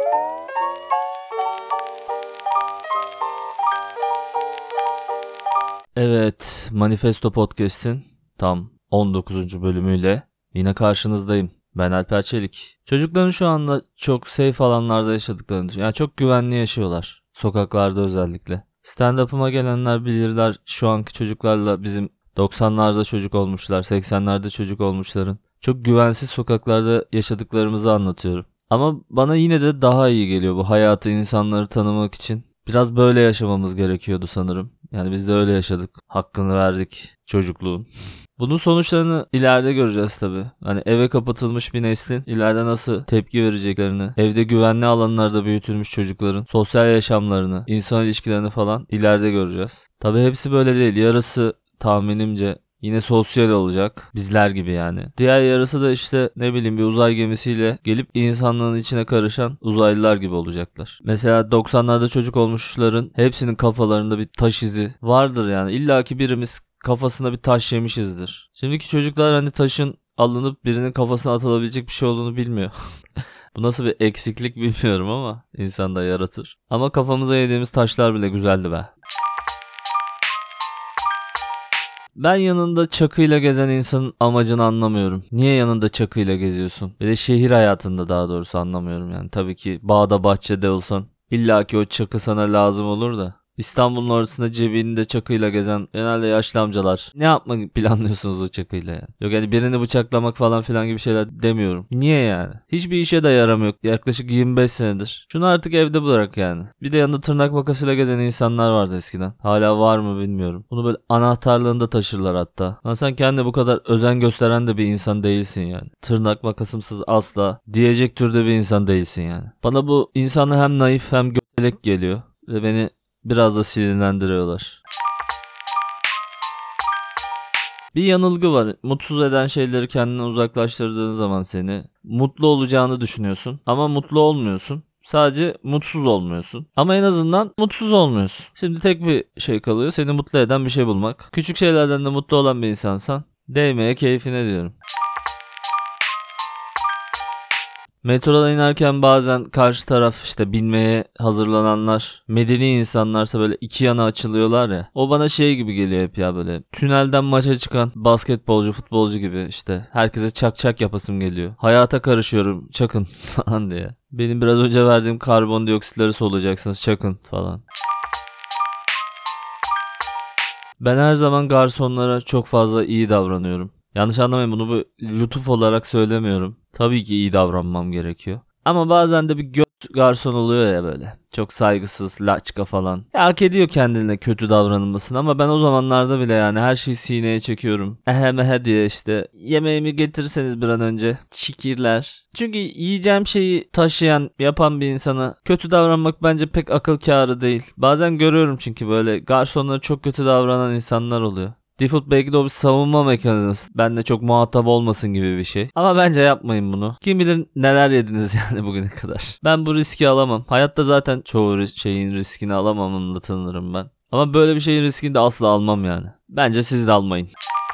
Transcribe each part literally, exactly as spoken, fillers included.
Evet, Manifesto Podcast'in tam on dokuzuncu bölümüyle yine karşınızdayım. Ben Alper Çelik. Çocukların şu anda çok safe alanlarda yaşadıklarını düşünüyorum. Yani çok güvenli yaşıyorlar. Sokaklarda özellikle. Stand-up'ıma gelenler bilirler, şu anki çocuklarla bizim doksanlarda çocuk olmuşlar, seksenlerde çocuk olmuşların çok güvensiz sokaklarda yaşadıklarımızı anlatıyorum. Ama bana yine de daha iyi geliyor bu hayatı, insanları tanımak için. Biraz böyle yaşamamız gerekiyordu sanırım. Yani biz de öyle yaşadık. Hakkını verdik çocukluğun. Bunun sonuçlarını ileride göreceğiz tabii. Hani eve kapatılmış bir neslin ileride nasıl tepki vereceklerini, evde güvenli alanlarda büyütülmüş çocukların sosyal yaşamlarını, insan ilişkilerini falan ileride göreceğiz. Tabii hepsi böyle değil. Yarısı tahminimce yine sosyal olacak. Bizler gibi yani. Diğer yarısı da işte ne bileyim bir uzay gemisiyle gelip insanlığın içine karışan uzaylılar gibi olacaklar. Mesela doksanlarda çocuk olmuşların hepsinin kafalarında bir taş izi vardır yani. İlla ki birimiz kafasına bir taş yemişizdir. Şimdiki çocuklar hani taşın alınıp birinin kafasına atılabilecek bir şey olduğunu bilmiyor. Bu nasıl bir eksiklik bilmiyorum ama insan da yaratır. Ama kafamıza yediğimiz taşlar bile güzeldi be. Ben yanında çakıyla gezen insanın amacını anlamıyorum. Niye yanında çakıyla geziyorsun? Bir de şehir hayatında daha doğrusu anlamıyorum yani. Tabii ki bağda bahçede olsan illaki o çakı sana lazım olur da. İstanbul'un ortasında cebinde çakıyla gezen genelde yaşlı amcalar. Ne yapmak planlıyorsunuz o çakıyla yani? Yok yani birini bıçaklamak falan filan gibi şeyler demiyorum. Niye yani? Hiçbir işe de yaramıyor yaklaşık yirmi beş senedir. Şunu artık evde bırak yani. Bir de yanında tırnak makasıyla gezen insanlar vardı eskiden. Hala var mı bilmiyorum. Bunu böyle anahtarlığında taşırlar hatta. Ama sen kendine bu kadar özen gösteren de bir insan değilsin yani. Tırnak makasımsız asla diyecek türde bir insan değilsin yani. Bana bu insanı hem naif hem götelek geliyor. Ve beni biraz da sinirlendiriyorlar. Bir yanılgı var. Mutsuz eden şeyleri kendinden uzaklaştırdığın zaman seni mutlu olacağını düşünüyorsun ama mutlu olmuyorsun. Sadece mutsuz olmuyorsun. Ama en azından mutsuz olmuyorsun. Şimdi tek bir şey kalıyor. Seni mutlu eden bir şey bulmak. Küçük şeylerden de mutlu olan bir insansan değmeye keyfine diyorum. Metrodan inerken bazen karşı taraf işte binmeye hazırlananlar medeni insanlarsa böyle iki yana açılıyorlar ya. O bana şey gibi geliyor hep ya böyle. Tünelden maça çıkan basketbolcu, futbolcu gibi işte. Herkese çak çak yapasım geliyor. Hayata karışıyorum çakın falan diye. Benim biraz önce verdiğim karbondioksitleri soluyacaksınız çakın falan. Ben her zaman garsonlara çok fazla iyi davranıyorum. Yanlış anlamayın, bunu bu lütuf olarak söylemiyorum. Tabii ki iyi davranmam gerekiyor. Ama bazen de bir göt garson oluyor ya böyle. Çok saygısız, laçka falan. Ya hak ediyor kendine kötü davranılmasını ama ben o zamanlarda bile yani her şeyi sineye çekiyorum. Ehe mehe diye işte yemeğimi getirirseniz bir an önce. Şikirler. Çünkü yiyeceğim şeyi taşıyan, yapan bir insana kötü davranmak bence pek akıl kârı değil. Bazen görüyorum çünkü böyle garsonlara çok kötü davranan insanlar oluyor. Default belki de o bir savunma mekanizması. Benle çok muhatap olmasın gibi bir şey. Ama bence yapmayın bunu. Kim bilir neler yediniz yani bugüne kadar. Ben bu riski alamam. Hayatta zaten çoğu şeyin riskini alamamamla tanınırım ben. Ama böyle bir şeyin riskini de asla almam yani. Bence siz de almayın.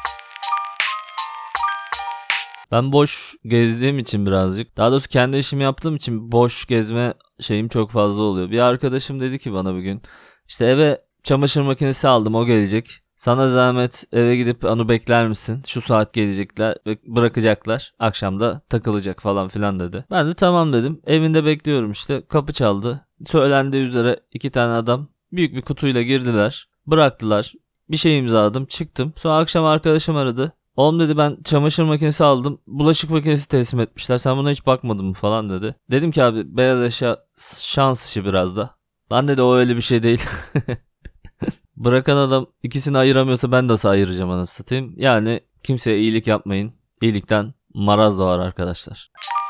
Ben boş gezdiğim için birazcık, daha doğrusu kendi işimi yaptığım için boş gezme şeyim çok fazla oluyor. Bir arkadaşım dedi ki bana bir gün, işte eve çamaşır makinesi aldım, o gelecek. Sana zahmet eve gidip onu bekler misin? Şu saat gelecekler ve bırakacaklar. Akşam da takılacak falan filan dedi. Ben de tamam dedim. Evinde bekliyorum işte. Kapı çaldı. Söylendiği üzere iki tane adam büyük bir kutuyla girdiler. Bıraktılar. Bir şey imzaladım. Çıktım. Sonra akşam arkadaşım aradı. Oğlum dedi, ben çamaşır makinesi aldım. Bulaşık makinesi teslim etmişler. Sen buna hiç bakmadın mı falan dedi. Dedim ki abi beyaz eşya şans işi biraz da. Lan dedi, o öyle bir şey değil. Bırakan adam ikisini ayıramıyorsa ben nasıl ayıracağım anasını satayım. Yani kimseye iyilik yapmayın. İyilikten maraz doğar arkadaşlar.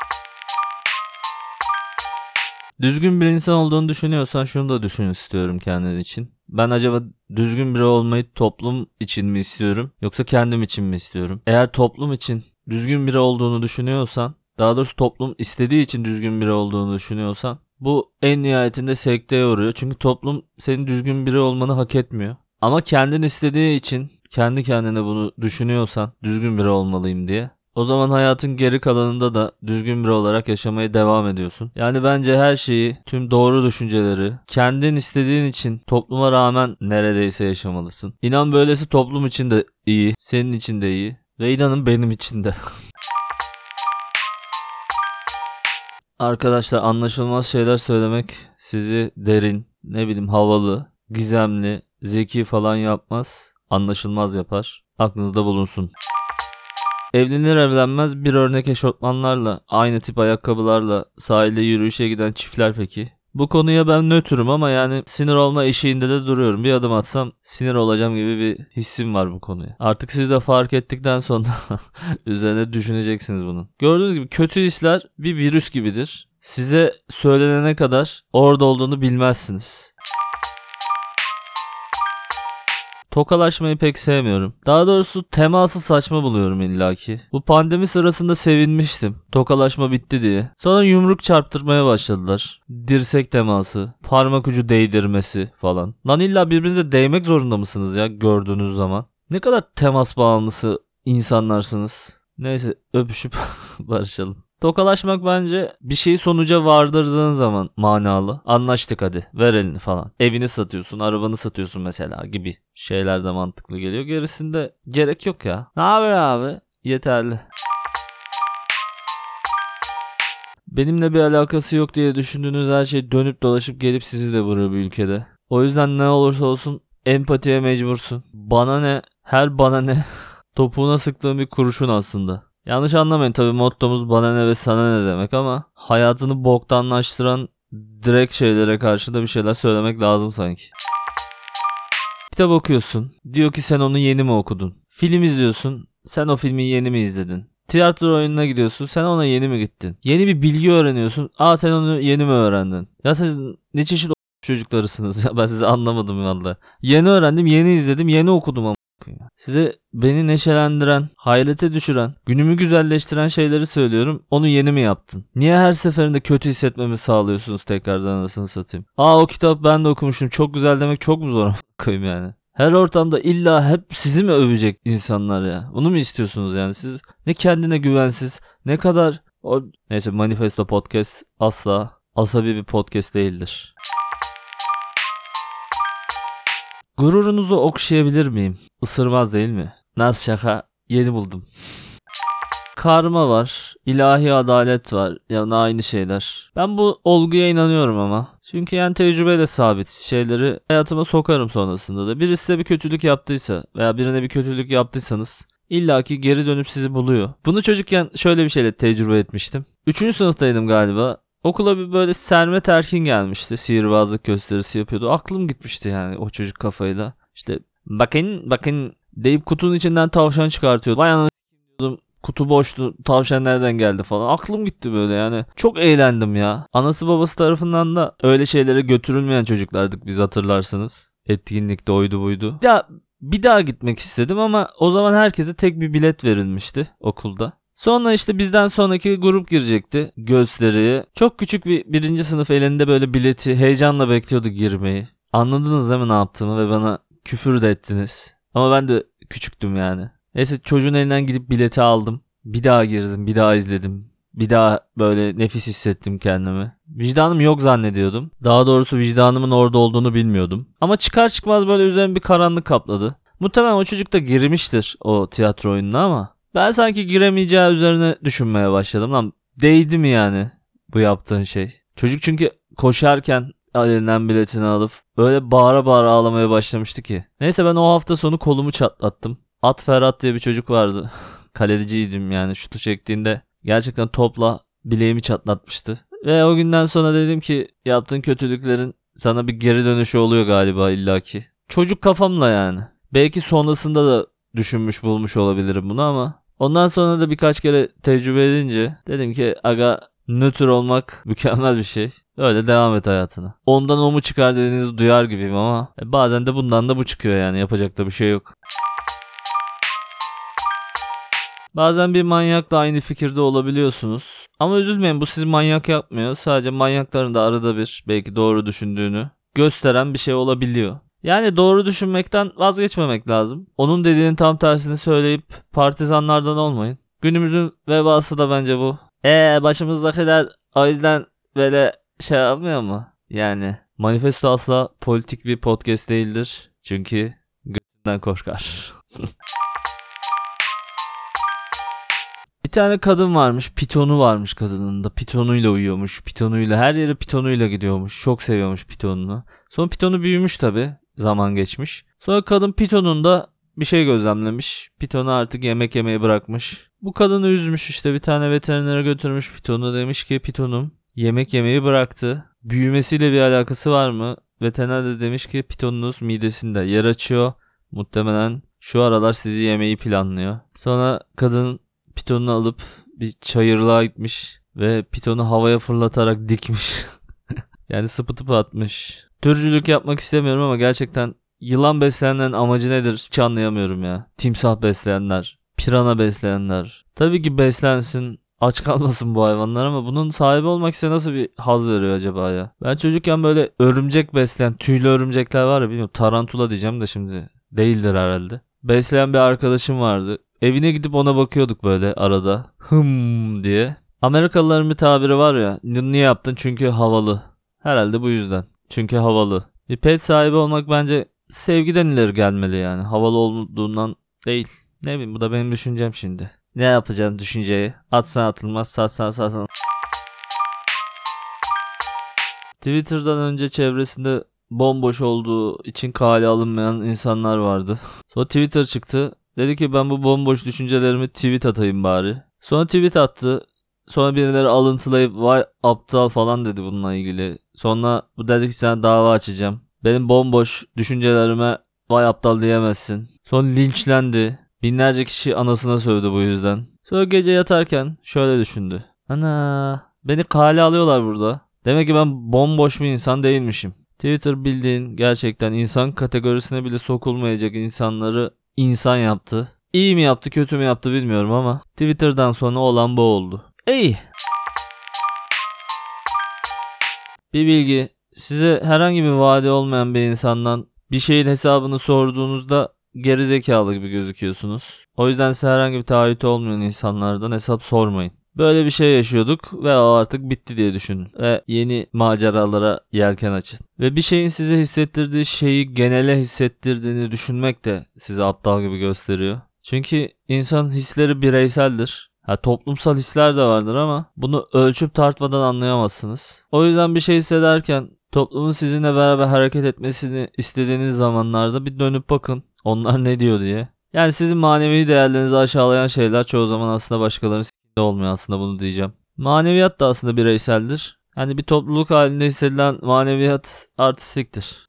Düzgün bir insan olduğunu düşünüyorsan şunu da düşün istiyorum kendin için. Ben acaba düzgün biri olmayı toplum için mi istiyorum yoksa kendim için mi istiyorum? Eğer toplum için düzgün biri olduğunu düşünüyorsan, daha doğrusu toplum istediği için düzgün biri olduğunu düşünüyorsan, bu en nihayetinde sekteye uğruyor. Çünkü toplum senin düzgün biri olmanı hak etmiyor. Ama kendin istediği için kendi kendine bunu düşünüyorsan düzgün biri olmalıyım diye, O zaman hayatın geri kalanında da düzgün biri olarak yaşamaya devam ediyorsun. Yani bence her şeyi, tüm doğru düşünceleri kendin istediğin için topluma rağmen neredeyse yaşamalısın. İnan böylesi toplum için de iyi, senin için de iyi ve inanın benim için de. Arkadaşlar, anlaşılmaz şeyler söylemek sizi derin, ne bileyim havalı, gizemli, zeki falan yapmaz, anlaşılmaz yapar. Aklınızda bulunsun. Evlenir evlenmez bir örnek eşofmanlarla, aynı tip ayakkabılarla sahilde yürüyüşe giden çiftler peki? Bu konuya ben nötrüm ama yani sinir olma eşiğinde de duruyorum. Bir adım atsam sinir olacağım gibi bir hissim var bu konuya. Artık siz de fark ettikten sonra üzerine düşüneceksiniz bunun. Gördüğünüz gibi kötü hisler bir virüs gibidir. Size söylenene kadar orada olduğunu bilmezsiniz. Tokalaşmayı pek sevmiyorum. Daha doğrusu teması saçma buluyorum illaki. Bu pandemi sırasında sevinmiştim. Tokalaşma bitti diye. Sonra yumruk çarptırmaya başladılar. Dirsek teması, parmak ucu değdirmesi falan. Lan illa birbirinize değmek zorunda mısınız ya gördüğünüz zaman? Ne kadar temas bağımlısı insanlarsınız. Neyse, öpüşüp barışalım. Tokalaşmak bence bir şeyi sonuca vardırdığın zaman manalı. Anlaştık hadi, ver elini falan. Evini satıyorsun, arabanı satıyorsun mesela gibi şeyler de mantıklı geliyor. Gerisinde gerek yok ya. Ne haber abi? Yeterli. Benimle bir alakası yok diye düşündüğünüz her şey dönüp dolaşıp gelip sizi de vurur bir ülkede. O yüzden ne olursa olsun empatiye mecbursun. Bana ne, her bana ne topuğuna sıktığım bir kurşun aslında. Yanlış anlamayın, tabii mottomuz bana ne ve sana ne demek ama hayatını boktanlaştıran direkt şeylere karşı da bir şeyler söylemek lazım sanki. Kitap okuyorsun, diyor ki sen onu yeni mi okudun? Film izliyorsun, sen o filmi yeni mi izledin? Tiyatro oyununa gidiyorsun, sen ona yeni mi gittin? Yeni bir bilgi öğreniyorsun, aa sen onu yeni mi öğrendin? Ya siz ne çeşit çocuklarısınız ya, ben sizi anlamadım valla. Yeni öğrendim, yeni izledim, yeni okudum ama. Size beni neşelendiren, hayrete düşüren, günümü güzelleştiren şeyleri söylüyorum. Onu yeni mi yaptın? Niye her seferinde kötü hissetmemi sağlıyorsunuz tekrardan, anasını satayım? Aa o kitap ben de okumuştum, çok güzel demek çok mu zor koyayım yani? Her ortamda illa hep sizi mi övecek insanlar ya? Bunu mu istiyorsunuz yani? Siz ne kendine güvensiz, ne kadar... O... Neyse, Manifesto Podcast asla asabi bir podcast değildir. Gururunuzu okşayabilir miyim? Isırmaz değil mi? Nasıl şaka? Yeni buldum. Karma var, ilahi adalet var. Yani aynı şeyler. Ben bu olguya inanıyorum ama. Çünkü yani tecrübeyle sabit şeyleri hayatıma sokarım sonrasında da. Birisi size bir kötülük yaptıysa veya birine bir kötülük yaptıysanız illaki geri dönüp sizi buluyor. Bunu çocukken şöyle bir şeyle tecrübe etmiştim. Üçüncü sınıftaydım galiba. Okula bir böyle Sermet Erkin gelmişti. Sihirbazlık gösterisi yapıyordu. Aklım gitmişti yani o çocuk kafayla. İşte bakın bakın deyip kutunun içinden tavşan çıkartıyordu. Vay anasını diyordum. Kutu boştu. Tavşan nereden geldi falan. Aklım gitti böyle yani. Çok eğlendim ya. Anası babası tarafından da öyle şeylere götürülmeyen çocuklardık biz, hatırlarsınız. Etkinlikte oydu buydu. Ya bir daha gitmek istedim ama o zaman herkese tek bir bilet verilmişti okulda. Sonra işte bizden sonraki grup girecekti gösteriye. Çok küçük bir birinci sınıf elinde böyle bileti heyecanla bekliyordu girmeyi. Anladınız değil mi ne yaptığımı ve bana küfür de ettiniz. Ama ben de küçüktüm yani. Neyse, çocuğun elinden gidip bileti aldım. Bir daha girdim, bir daha izledim. Bir daha böyle nefis hissettim kendimi. Vicdanım yok zannediyordum. Daha doğrusu vicdanımın orada olduğunu bilmiyordum. Ama çıkar çıkmaz böyle üzerime bir karanlık kapladı. Muhtemelen o çocuk da girmiştir o tiyatro oyununa ama ben sanki giremeyeceği üzerine düşünmeye başladım. Lan değdi mi yani bu yaptığın şey? Çocuk çünkü koşarken elinden biletini alıp öyle bağıra bağıra ağlamaya başlamıştı ki. Neyse, ben o hafta sonu kolumu çatlattım. At Ferhat diye bir çocuk vardı. Kaleciydim yani, şutu çektiğinde gerçekten topla bileğimi çatlatmıştı. Ve o günden sonra dedim ki yaptığın kötülüklerin sana bir geri dönüşü oluyor galiba illaki. Çocuk kafamla yani. Belki sonrasında da düşünmüş bulmuş olabilirim bunu ama ondan sonra da birkaç kere tecrübe edince dedim ki aga, nötr olmak mükemmel bir şey. Öyle devam et hayatına. Ondan o mu çıkar dediğinizi duyar gibiyim ama bazen de bundan da bu çıkıyor yani, yapacak da bir şey yok. Bazen bir manyakla aynı fikirde olabiliyorsunuz. Ama üzülmeyin, bu sizi manyak yapmıyor. Sadece manyakların da arada bir belki doğru düşündüğünü gösteren bir şey olabiliyor. Yani doğru düşünmekten vazgeçmemek lazım. Onun dediğinin tam tersini söyleyip partizanlardan olmayın. Günümüzün vebası da bence bu. Eee başımızdakiler o yüzden böyle şey yapmıyor mu? Yani Manifesto asla politik bir podcast değildir. Çünkü götünden korkar. Bir tane kadın varmış. Pitonu varmış kadının da. Pitonuyla uyuyormuş. Pitonuyla her yere pitonuyla gidiyormuş. Çok seviyormuş pitonunu. Sonra pitonu büyümüş tabii. Zaman geçmiş. Sonra kadın pitonunda bir şey gözlemlemiş. Pitonu artık yemek yemeyi bırakmış. Bu kadını üzmüş işte, bir tane veterinere götürmüş pitonu. Demiş ki pitonum yemek yemeyi bıraktı. Büyümesiyle bir alakası var mı? Veteriner de demiş ki pitonunuz midesinde yer açıyor. Muhtemelen şu aralar sizi yemeyi planlıyor. Sonra kadın pitonunu alıp bir çayırlığa gitmiş ve pitonu havaya fırlatarak dikmiş. Yani sıpı tıpı atmış. Türcülük yapmak istemiyorum ama gerçekten yılan besleyenlerin amacı nedir hiç anlayamıyorum ya. Timsah besleyenler, pirana besleyenler. Tabii ki beslensin, aç kalmasın bu hayvanlar ama bunun sahibi olmak ise nasıl bir haz veriyor acaba ya? Ben çocukken böyle örümcek besleyen, tüylü örümcekler var ya, bilmiyorum, tarantula diyeceğim de şimdi değildir herhalde. Besleyen bir arkadaşım vardı. Evine gidip ona bakıyorduk böyle arada. Hım diye. Amerikalıların bir tabiri var ya. Niye yaptın? Çünkü havalı. Herhalde bu yüzden. Çünkü havalı. Bir pet sahibi olmak bence sevgiden ileri gelmeli yani. Havalı olduğundan değil. Ne bileyim, bu da benim düşüncem şimdi. Ne yapacaksın düşünceyi? Atsan atılmaz, satsan satılmaz. Twitter'dan önce çevresinde bomboş olduğu için kale alınmayan insanlar vardı. Sonra Twitter çıktı. Dedi ki ben bu bomboş düşüncelerimi tweet atayım bari. Sonra tweet attı. Sonra birileri alıntılayıp vay aptal falan dedi bununla ilgili. Sonra bu dedi ki sana dava açacağım. Benim bomboş düşüncelerime vay aptal diyemezsin. Sonra linçlendi. Binlerce kişi anasına sövdü bu yüzden. Sonra gece yatarken şöyle düşündü. Ana, beni kale alıyorlar burada. Demek ki ben bomboş bir insan değilmişim. Twitter bildiğin gerçekten insan kategorisine bile sokulmayacak insanları insan yaptı. İyi mi yaptı, kötü mü yaptı bilmiyorum ama Twitter'dan sonra olan bu oldu. İyi. Bir bilgi. Size herhangi bir vaadi olmayan bir insandan bir şeyin hesabını sorduğunuzda gerizekalı gibi gözüküyorsunuz. O yüzden size herhangi bir taahhütü olmayan insanlardan hesap sormayın. Böyle bir şey yaşıyorduk ve o artık bitti diye düşünün. Ve yeni maceralara yelken açın. Ve bir şeyin size hissettirdiği şeyi genele hissettirdiğini düşünmek de sizi aptal gibi gösteriyor. Çünkü insan hisleri bireyseldir. Ha, toplumsal hisler de vardır ama bunu ölçüp tartmadan anlayamazsınız. O yüzden bir şey hissederken toplumun sizinle beraber hareket etmesini istediğiniz zamanlarda bir dönüp bakın. Onlar ne diyor diye. Yani sizin manevi değerlerinizi aşağılayan şeyler çoğu zaman aslında başkalarının s***de olmuyor, aslında bunu diyeceğim. Maneviyat da aslında bireyseldir. Yani bir topluluk halinde hissedilen maneviyat artistiktir.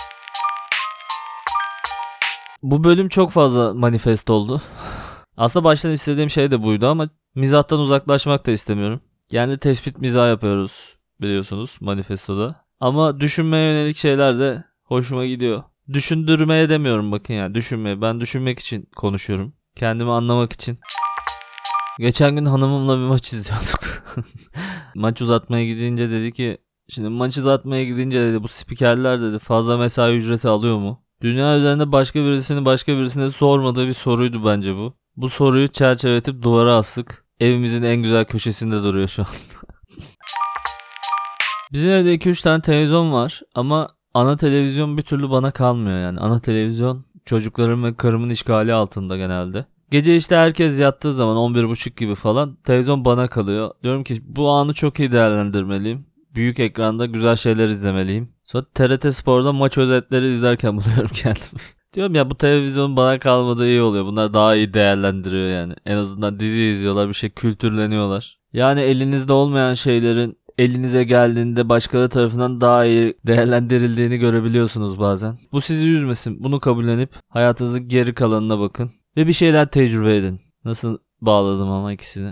Bu bölüm çok fazla manifest oldu. Aslında baştan istediğim şey de buydu ama mizahtan uzaklaşmak da istemiyorum. Yani tespit mizah yapıyoruz biliyorsunuz manifestoda. Ama düşünmeye yönelik şeyler de hoşuma gidiyor. Düşündürmeye demiyorum bakın ya, düşünmeye. Ben düşünmek için konuşuyorum. Kendimi anlamak için. Geçen gün hanımımla bir maç izliyorduk. Maç uzatmaya gidince dedi ki, şimdi maç uzatmaya gidince dedi bu spikerler dedi fazla mesai ücreti alıyor mu? Dünya üzerinde başka birisinin başka birisine sormadığı bir soruydu bence bu. Bu soruyu çerçeveletip duvara astık. Evimizin en güzel köşesinde duruyor şu an. Bizim evde iki üç tane televizyon var ama ana televizyon bir türlü bana kalmıyor yani. Ana televizyon çocuklarım ve karımın işgali altında genelde. Gece işte herkes yattığı zaman on bir buçuk gibi falan televizyon bana kalıyor. Diyorum ki bu anı çok iyi değerlendirmeliyim. Büyük ekranda güzel şeyler izlemeliyim. Sonra T R T Spor'da maç özetleri izlerken buluyorum kendimi. Diyorum ya bu televizyon bana kalmadığı iyi oluyor. Bunlar daha iyi değerlendiriyor yani. En azından dizi izliyorlar, bir şey kültürleniyorlar. Yani elinizde olmayan şeylerin elinize geldiğinde başkaları tarafından daha iyi değerlendirildiğini görebiliyorsunuz bazen. Bu sizi üzmesin. Bunu kabullenip hayatınızın geri kalanına bakın. Ve bir şeyler tecrübe edin. Nasıl bağladım ama ikisini.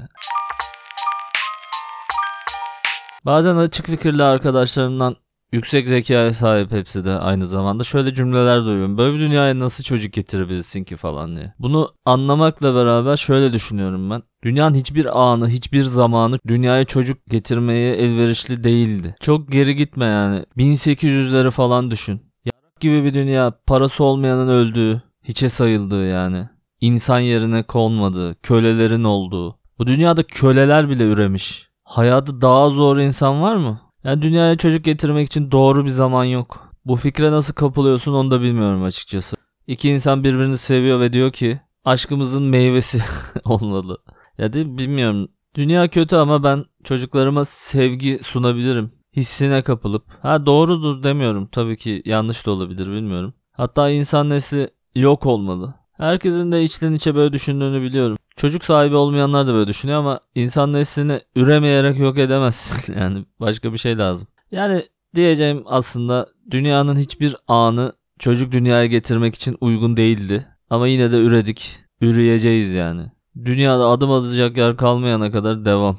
Bazen açık fikirli arkadaşlarımdan, yüksek zekaya sahip hepsi de aynı zamanda, şöyle cümleler duyuyorum. Böyle bir dünyaya nasıl çocuk getirebilirsin ki falan diye. Bunu anlamakla beraber şöyle düşünüyorum ben. Dünyanın hiçbir anı, hiçbir zamanı dünyaya çocuk getirmeye elverişli değildi. Çok geri gitme yani. bin sekiz yüzleri falan düşün. Yarak gibi bir dünya, parası olmayanın öldüğü, hiçe sayıldığı yani. insan yerine konmadığı, kölelerin olduğu. Bu dünyada köleler bile üremiş. Hayatı daha zor insan var mı? Yani dünyaya çocuk getirmek için doğru bir zaman yok. Bu fikre nasıl kapılıyorsun onu da bilmiyorum açıkçası. İki insan birbirini seviyor ve diyor ki aşkımızın meyvesi olmalı. Ya da bilmiyorum. Dünya kötü ama ben çocuklarıma sevgi sunabilirim. Hissine kapılıp. Ha doğrudur demiyorum. Tabii ki yanlış da olabilir bilmiyorum. Hatta insan nesli yok olmalı. Herkesin de içten içe böyle düşündüğünü biliyorum. Çocuk sahibi olmayanlar da böyle düşünüyor ama insan neslini üremeyerek yok edemezsin. Yani başka bir şey lazım. Yani diyeceğim aslında dünyanın hiçbir anı çocuk dünyaya getirmek için uygun değildi. Ama yine de üredik. Üreyeceğiz yani. Dünyada adım atacak yer kalmayana kadar devam.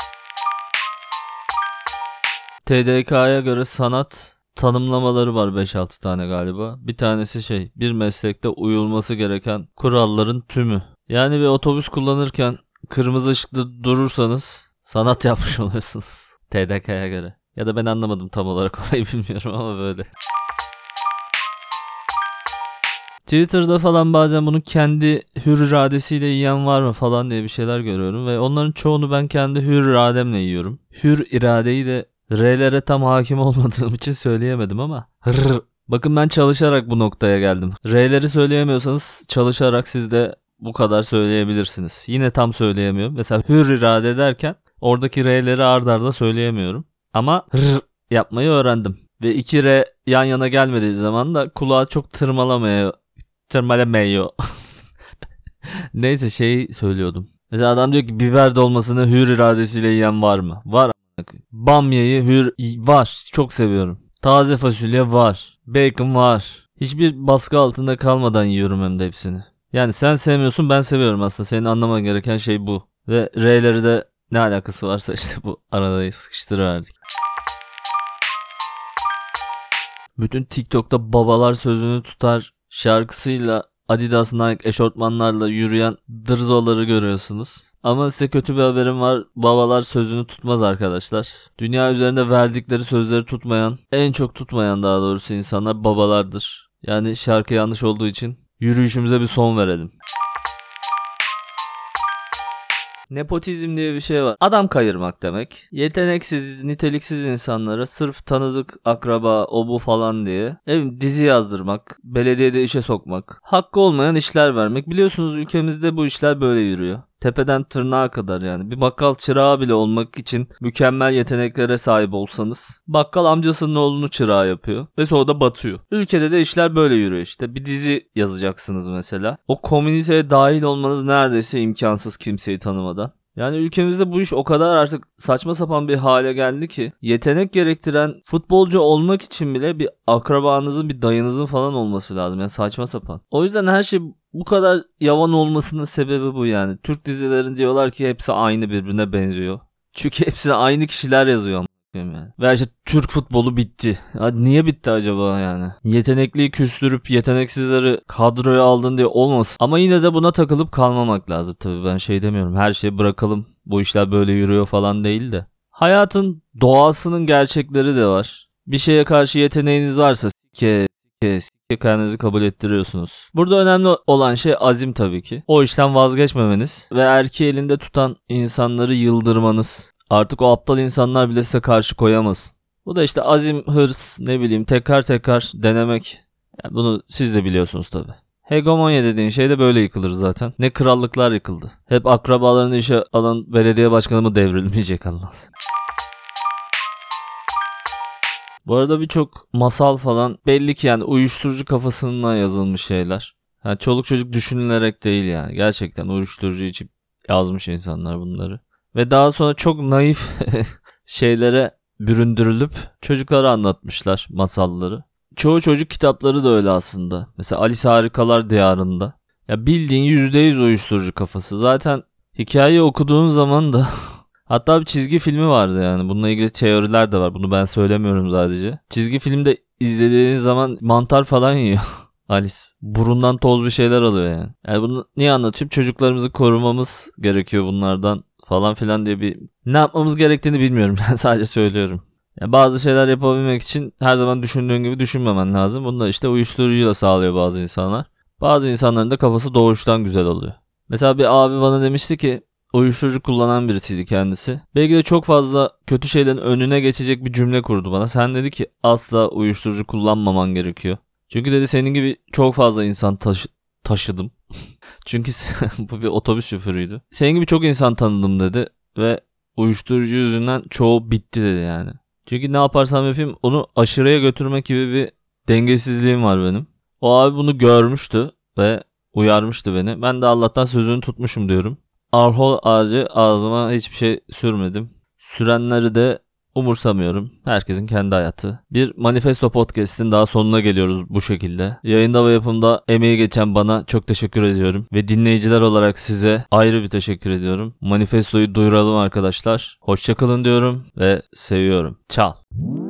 T D K'ya göre sanat tanımlamaları var beş altı tane galiba. Bir tanesi şey, bir meslekte uyulması gereken kuralların tümü. Yani bir otobüs kullanırken kırmızı ışıkta durursanız sanat yapmış oluyorsunuz. T D K'ya göre. Ya da ben anlamadım tam olarak olayı bilmiyorum ama böyle. Twitter'da falan bazen bunu kendi hür iradesiyle yiyen var mı falan diye bir şeyler görüyorum. Ve onların çoğunu ben kendi hür irademle yiyorum. Hür iradeyi de R'lere tam hakim olmadığım için söyleyemedim ama. Hırr. Bakın ben çalışarak bu noktaya geldim. R'leri söyleyemiyorsanız çalışarak siz de bu kadar söyleyebilirsiniz. Yine tam söyleyemiyorum. Mesela hür irade derken oradaki R'leri ard arda söyleyemiyorum. Ama hırr yapmayı öğrendim. Ve iki R yan yana gelmediği zaman da kulağa çok tırmalamıyor. Tırmalamıyor. Neyse şey söylüyordum. Mesela adam diyor ki biber dolmasını hür iradesiyle yiyen var mı? Var. Bamyayı hür var. Çok seviyorum. Taze fasulye var. Bacon var. Hiçbir baskı altında kalmadan yiyorum hem de hepsini. Yani sen sevmiyorsun ben seviyorum aslında. Senin anlaman gereken şey bu. Ve R'leri de ne alakası varsa işte bu arada sıkıştırıverdik. Bütün TikTok'ta babalar sözünü tutar şarkısıyla Adidas Nike eşortmanlarla yürüyen dırzoları görüyorsunuz. Ama size kötü bir haberim var. Babalar sözünü tutmaz arkadaşlar. Dünya üzerinde verdikleri sözleri tutmayan, en çok tutmayan daha doğrusu insanlar babalardır. Yani şarkı yanlış olduğu için yürüyüşümüze bir son verelim. Nepotizm diye bir şey var. Adam kayırmak demek. Yeteneksiz, niteliksiz insanlara sırf tanıdık akraba, o bu falan diye evet, dizi yazdırmak, belediyede işe sokmak, hakkı olmayan işler vermek. Biliyorsunuz ülkemizde bu işler böyle yürüyor. Tepeden tırnağa kadar yani. Bir bakkal çırağı bile olmak için mükemmel yeteneklere sahip olsanız bakkal amcasının oğlunu çırağı yapıyor ve sonra da batıyor. Ülkede de işler böyle yürüyor işte. Bir dizi yazacaksınız mesela. O komüniteye dahil olmanız neredeyse imkansız kimseyi tanımadan. Yani ülkemizde bu iş o kadar artık saçma sapan bir hale geldi ki yetenek gerektiren futbolcu olmak için bile bir akrabanızın, bir dayınızın falan olması lazım. Yani saçma sapan. O yüzden her şey bu kadar yavan olmasının sebebi bu yani. Türk dizilerin diyorlar ki hepsi aynı birbirine benziyor. Çünkü hepsine aynı kişiler yazıyor. Yani. Ve işte Türk futbolu bitti. Ya niye bitti acaba yani? Yetenekliyi küstürüp yeteneksizleri kadroya aldın diye olmasın. Ama yine de buna takılıp kalmamak lazım tabii. Ben şey demiyorum. Her şeyi bırakalım. Bu işler böyle yürüyor falan değil de. Hayatın doğasının gerçekleri de var. Bir şeye karşı yeteneğiniz varsa sike sike sike kendinizi kabul ettiriyorsunuz. Burada önemli olan şey azim tabii ki. O işten vazgeçmemeniz ve erkeği elinde tutan insanları yıldırmanız. Artık o aptal insanlar bile size karşı koyamaz. Bu da işte azim, hırs, ne bileyim tekrar tekrar denemek. Yani bunu siz de biliyorsunuz tabii. Hegemonya dediğin şey de böyle yıkılır zaten. Ne krallıklar yıkıldı. Hep akrabalarını işe alan belediye başkanı mı devrilmeyecek Allah. Bu arada birçok masal falan belli ki yani uyuşturucu kafasından yazılmış şeyler. Yani çoluk çocuk düşünülerek değil yani. Gerçekten uyuşturucu içip yazmış insanlar bunları. Ve daha sonra çok naif şeylere büründürülüp çocuklara anlatmışlar masalları. Çoğu çocuk kitapları da öyle aslında. Mesela Alice Harikalar Diyarında. Ya bildiğin yüzde yüz uyuşturucu kafası. Zaten hikayeyi okuduğun zaman da hatta bir çizgi filmi vardı yani. Bununla ilgili teoriler de var. Bunu ben söylemiyorum sadece. Çizgi filmde izlediğiniz zaman mantar falan yiyor. Alice. Burundan toz bir şeyler alıyor yani. Yani bunu niye anlatıyorum? Çocuklarımızı korumamız gerekiyor bunlardan falan filan diye bir ne yapmamız gerektiğini bilmiyorum. Ben sadece söylüyorum. Yani bazı şeyler yapabilmek için her zaman düşündüğün gibi düşünmemen lazım. Bunu da işte uyuşturucuyla sağlıyor bazı insanlar. Bazı insanların da kafası doğuştan güzel oluyor. Mesela bir abi bana demişti ki uyuşturucu kullanan birisiydi kendisi. Belki de çok fazla kötü şeylerin önüne geçecek bir cümle kurdu bana. Sen dedi ki asla uyuşturucu kullanmaman gerekiyor. Çünkü dedi senin gibi çok fazla insan taşı- taşıdım. Çünkü bu bir otobüs şoförüydü. Senin gibi çok insan tanıdım dedi ve uyuşturucu yüzünden çoğu bitti dedi yani. Çünkü ne yaparsam yapayım onu aşırıya götürmek gibi bir dengesizliğim var benim. O abi bunu görmüştü ve uyarmıştı beni. Ben de Allah'tan sözünü tutmuşum diyorum. Arhol ağacı ağzıma hiçbir şey sürmedim. Sürenleri de umursamıyorum. Herkesin kendi hayatı. Bir Manifesto Podcast'in daha sonuna geliyoruz bu şekilde. Yayında ve yapımda emeği geçen bana çok teşekkür ediyorum. Ve dinleyiciler olarak size ayrı bir teşekkür ediyorum. Manifesto'yu duyuralım arkadaşlar. Hoşçakalın diyorum ve seviyorum. Çal.